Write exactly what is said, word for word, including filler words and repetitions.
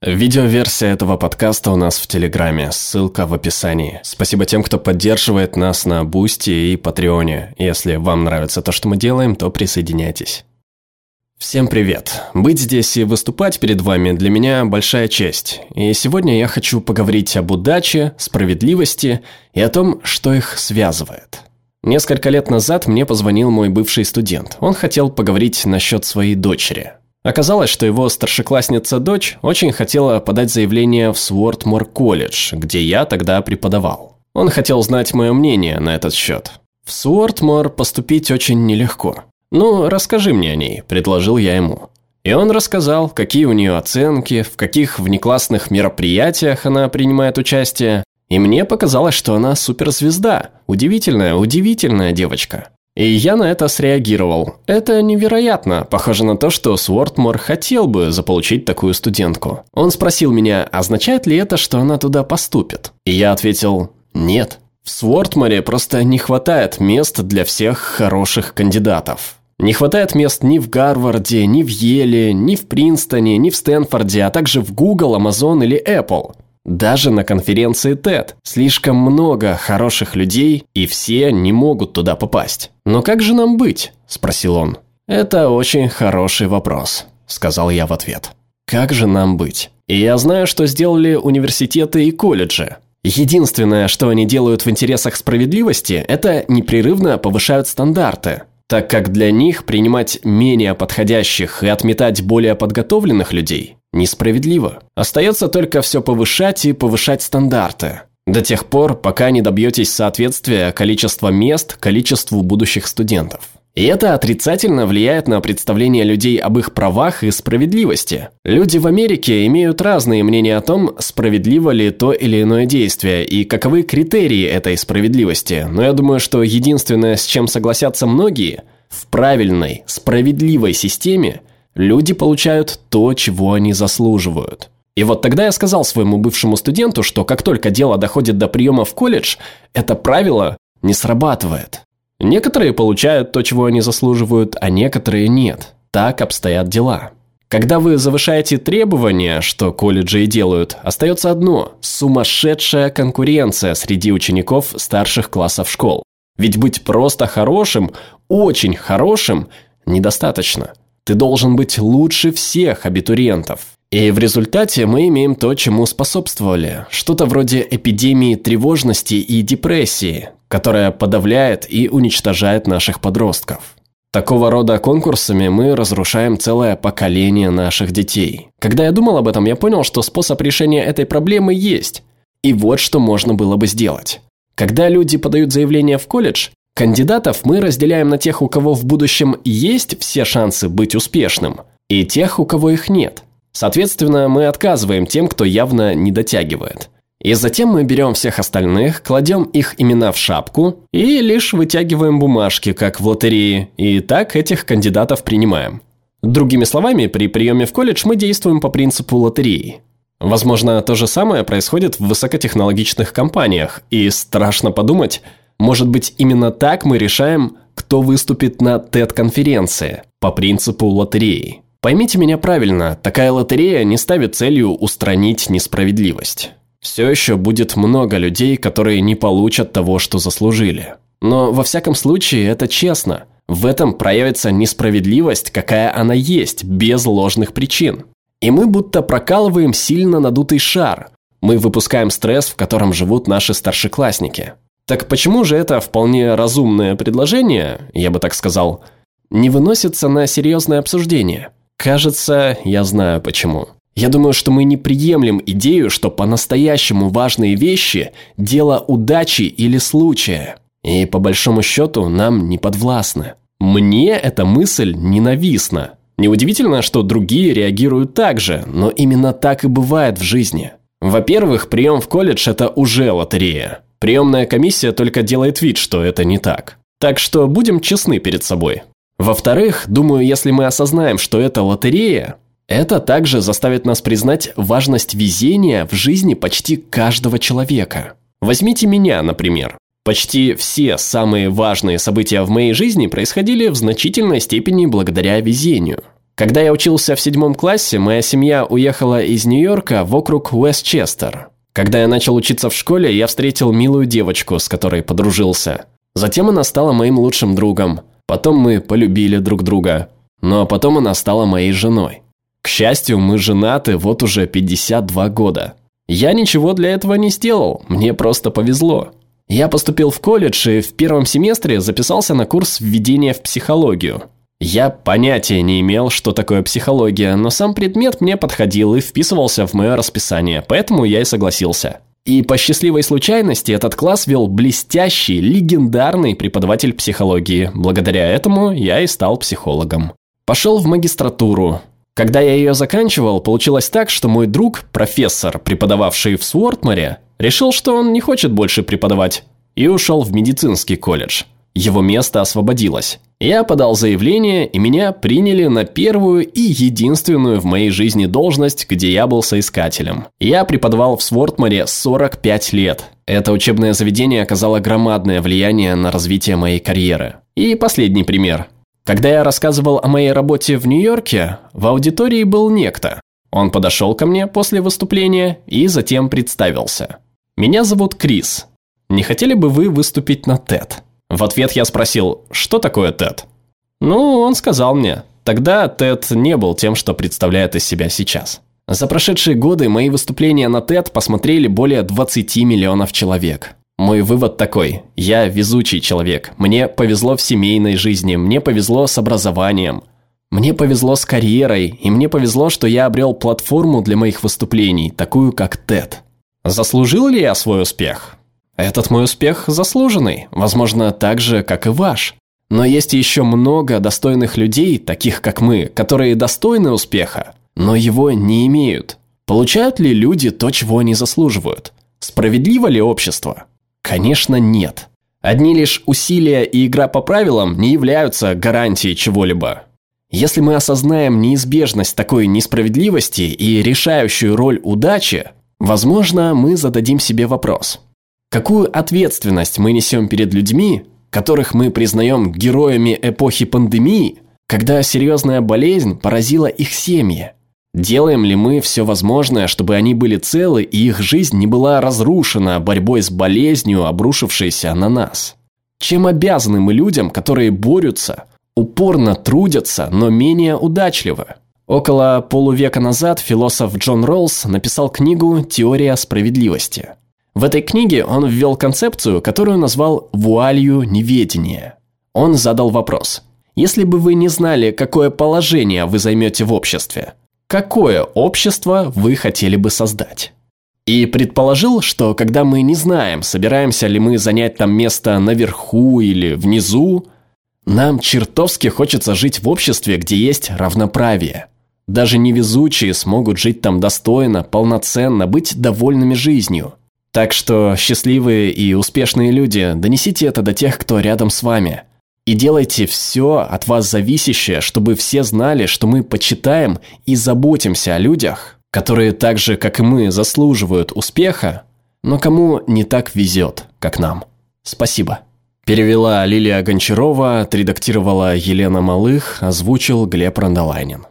Видеоверсия этого подкаста у нас в Телеграме, ссылка в описании. Спасибо тем, кто поддерживает нас на Бусти и Патреоне. Если вам нравится то, что мы делаем, то присоединяйтесь. Всем привет! Быть здесь и выступать перед вами для меня большая честь. И сегодня я хочу поговорить об удаче, справедливости и о том, что их связывает. Несколько лет назад мне позвонил мой бывший студент. Он хотел поговорить насчет своей дочери. Оказалось, что его старшеклассница-дочь очень хотела подать заявление в Суортмор колледж, где я тогда преподавал. Он хотел знать мое мнение на этот счет. В Суортмор поступить очень нелегко. «Ну, расскажи мне о ней», – предложил я ему. И он рассказал, какие у нее оценки, в каких внеклассных мероприятиях она принимает участие. И мне показалось, что она суперзвезда, удивительная, удивительная девочка. И я на это среагировал. Это невероятно, похоже на то, что Суортмор хотел бы заполучить такую студентку. Он спросил меня, означает ли это, что она туда поступит? И я ответил, нет. В Суортморе просто не хватает мест для всех хороших кандидатов. Не хватает мест ни в Гарварде, ни в Йеле, ни в Принстоне, ни в Стэнфорде, а также в Google, Amazon или Apple. Даже на конференции тед слишком много хороших людей, и все не могут туда попасть. «Но как же нам быть?» – спросил он. «Это очень хороший вопрос», – сказал я в ответ. «Как же нам быть?» И я знаю, что сделали университеты и колледжи. Единственное, что они делают в интересах справедливости, это непрерывно повышают стандарты, так как для них принимать менее подходящих и отметать более подготовленных людей несправедливо. Остается только все повышать и повышать стандарты. До тех пор, пока не добьетесь соответствия количества мест количеству будущих студентов. И это отрицательно влияет на представление людей об их правах и справедливости. Люди в Америке имеют разные мнения о том, справедливо ли то или иное действие и каковы критерии этой справедливости. Но я думаю, что единственное, с чем согласятся многие, в правильной, справедливой системе люди получают то, чего они заслуживают. И вот тогда я сказал своему бывшему студенту, что как только дело доходит до приема в колледж, это правило не срабатывает. Некоторые получают то, чего они заслуживают, а некоторые нет. Так обстоят дела. Когда вы завышаете требования, что колледжи и делают, остается одно – сумасшедшая конкуренция среди учеников старших классов школ. Ведь быть просто хорошим, очень хорошим, недостаточно. Ты должен быть лучше всех абитуриентов. И в результате мы имеем то, чему способствовали. Что-то вроде эпидемии тревожности и депрессии, которая подавляет и уничтожает наших подростков. Такого рода конкурсами мы разрушаем целое поколение наших детей. Когда я думал об этом, я понял, что способ решения этой проблемы есть. И вот что можно было бы сделать. Когда люди подают заявление в колледж, кандидатов мы разделяем на тех, у кого в будущем есть все шансы быть успешным, и тех, у кого их нет. Соответственно, мы отказываем тем, кто явно не дотягивает. И затем мы берем всех остальных, кладем их имена в шапку и лишь вытягиваем бумажки, как в лотерее, и так этих кандидатов принимаем. Другими словами, при приеме в колледж мы действуем по принципу лотереи. Возможно, то же самое происходит в высокотехнологичных компаниях, и страшно подумать, может быть, именно так мы решаем, кто выступит на тед-конференции, по принципу лотереи. Поймите меня правильно, такая лотерея не ставит целью устранить несправедливость. Все еще будет много людей, которые не получат того, что заслужили. Но во всяком случае это честно. В этом проявится несправедливость, какая она есть, без ложных причин. И мы будто прокалываем сильно надутый шар. Мы выпускаем стресс, в котором живут наши старшеклассники. Так почему же это вполне разумное предложение, я бы так сказал, не выносится на серьезное обсуждение? Кажется, я знаю почему. Я думаю, что мы не приемлем идею, что по-настоящему важные вещи – дело удачи или случая. И по большому счету нам не подвластны. Мне эта мысль ненавистна. Неудивительно, что другие реагируют так же, но именно так и бывает в жизни. Во-первых, прием в колледж – это уже лотерея. Приемная комиссия только делает вид, что это не так. Так что будем честны перед собой. Во-вторых, думаю, если мы осознаем, что это лотерея, это также заставит нас признать важность везения в жизни почти каждого человека. Возьмите меня, например. Почти все самые важные события в моей жизни происходили в значительной степени благодаря везению. Когда я учился в седьмом классе, моя семья уехала из Нью-Йорка в округ Уэстчестер. Когда я начал учиться в школе, я встретил милую девочку, с которой подружился. Затем она стала моим лучшим другом. Потом мы полюбили друг друга. Ну а потом она стала моей женой. К счастью, мы женаты вот уже пятьдесят два года. Я ничего для этого не сделал, мне просто повезло. Я поступил в колледж и в первом семестре записался на курс введения в психологию. Я понятия не имел, что такое психология, но сам предмет мне подходил и вписывался в мое расписание, поэтому я и согласился. И по счастливой случайности этот класс вел блестящий, легендарный преподаватель психологии. Благодаря этому я и стал психологом. Пошел в магистратуру. Когда я ее заканчивал, получилось так, что мой друг, профессор, преподававший в Суортморе, решил, что он не хочет больше преподавать, и ушел в медицинский колледж. Его место освободилось. Я подал заявление, и меня приняли на первую и единственную в моей жизни должность, где я был соискателем. Я преподавал в Суортморе сорок пять лет. Это учебное заведение оказало громадное влияние на развитие моей карьеры. И последний пример. Когда я рассказывал о моей работе в Нью-Йорке, в аудитории был некто. Он подошел ко мне после выступления и затем представился. «Меня зовут Крис. Не хотели бы вы выступить на тед?» В ответ я спросил, что такое тед? Ну, он сказал мне. Тогда тед не был тем, что представляет из себя сейчас. За прошедшие годы мои выступления на тед посмотрели более двадцати миллионов человек. Мой вывод такой: я везучий человек. Мне повезло в семейной жизни, мне повезло с образованием, мне повезло с карьерой, и мне повезло, что я обрел платформу для моих выступлений, такую как тед. Заслужил ли я свой успех? Этот мой успех заслуженный, возможно, так же, как и ваш. Но есть еще много достойных людей, таких как мы, которые достойны успеха, но его не имеют. Получают ли люди то, чего они заслуживают? Справедливо ли общество? Конечно, нет. Одни лишь усилия и игра по правилам не являются гарантией чего-либо. Если мы осознаем неизбежность такой несправедливости и решающую роль удачи, возможно, мы зададим себе вопрос: какую ответственность мы несем перед людьми, которых мы признаем героями эпохи пандемии, когда серьезная болезнь поразила их семьи? Делаем ли мы все возможное, чтобы они были целы и их жизнь не была разрушена борьбой с болезнью, обрушившейся на нас? Чем обязаны мы людям, которые борются, упорно трудятся, но менее удачливы? Около полувека назад философ Джон Роллс написал книгу «Теория справедливости». В этой книге он ввел концепцию, которую назвал «вуалью неведения». Он задал вопрос: если бы вы не знали, какое положение вы займете в обществе, какое общество вы хотели бы создать? И предположил, что когда мы не знаем, собираемся ли мы занять там место наверху или внизу, нам чертовски хочется жить в обществе, где есть равноправие. Даже невезучие смогут жить там достойно, полноценно, быть довольными жизнью. Так что, счастливые и успешные люди, донесите это до тех, кто рядом с вами. И делайте все от вас зависящее, чтобы все знали, что мы почитаем и заботимся о людях, которые так же, как и мы, заслуживают успеха, но кому не так везет, как нам. Спасибо. Перевела Лилия Гончарова, отредактировала Елена Малых, озвучил Глеб Рандолайнин.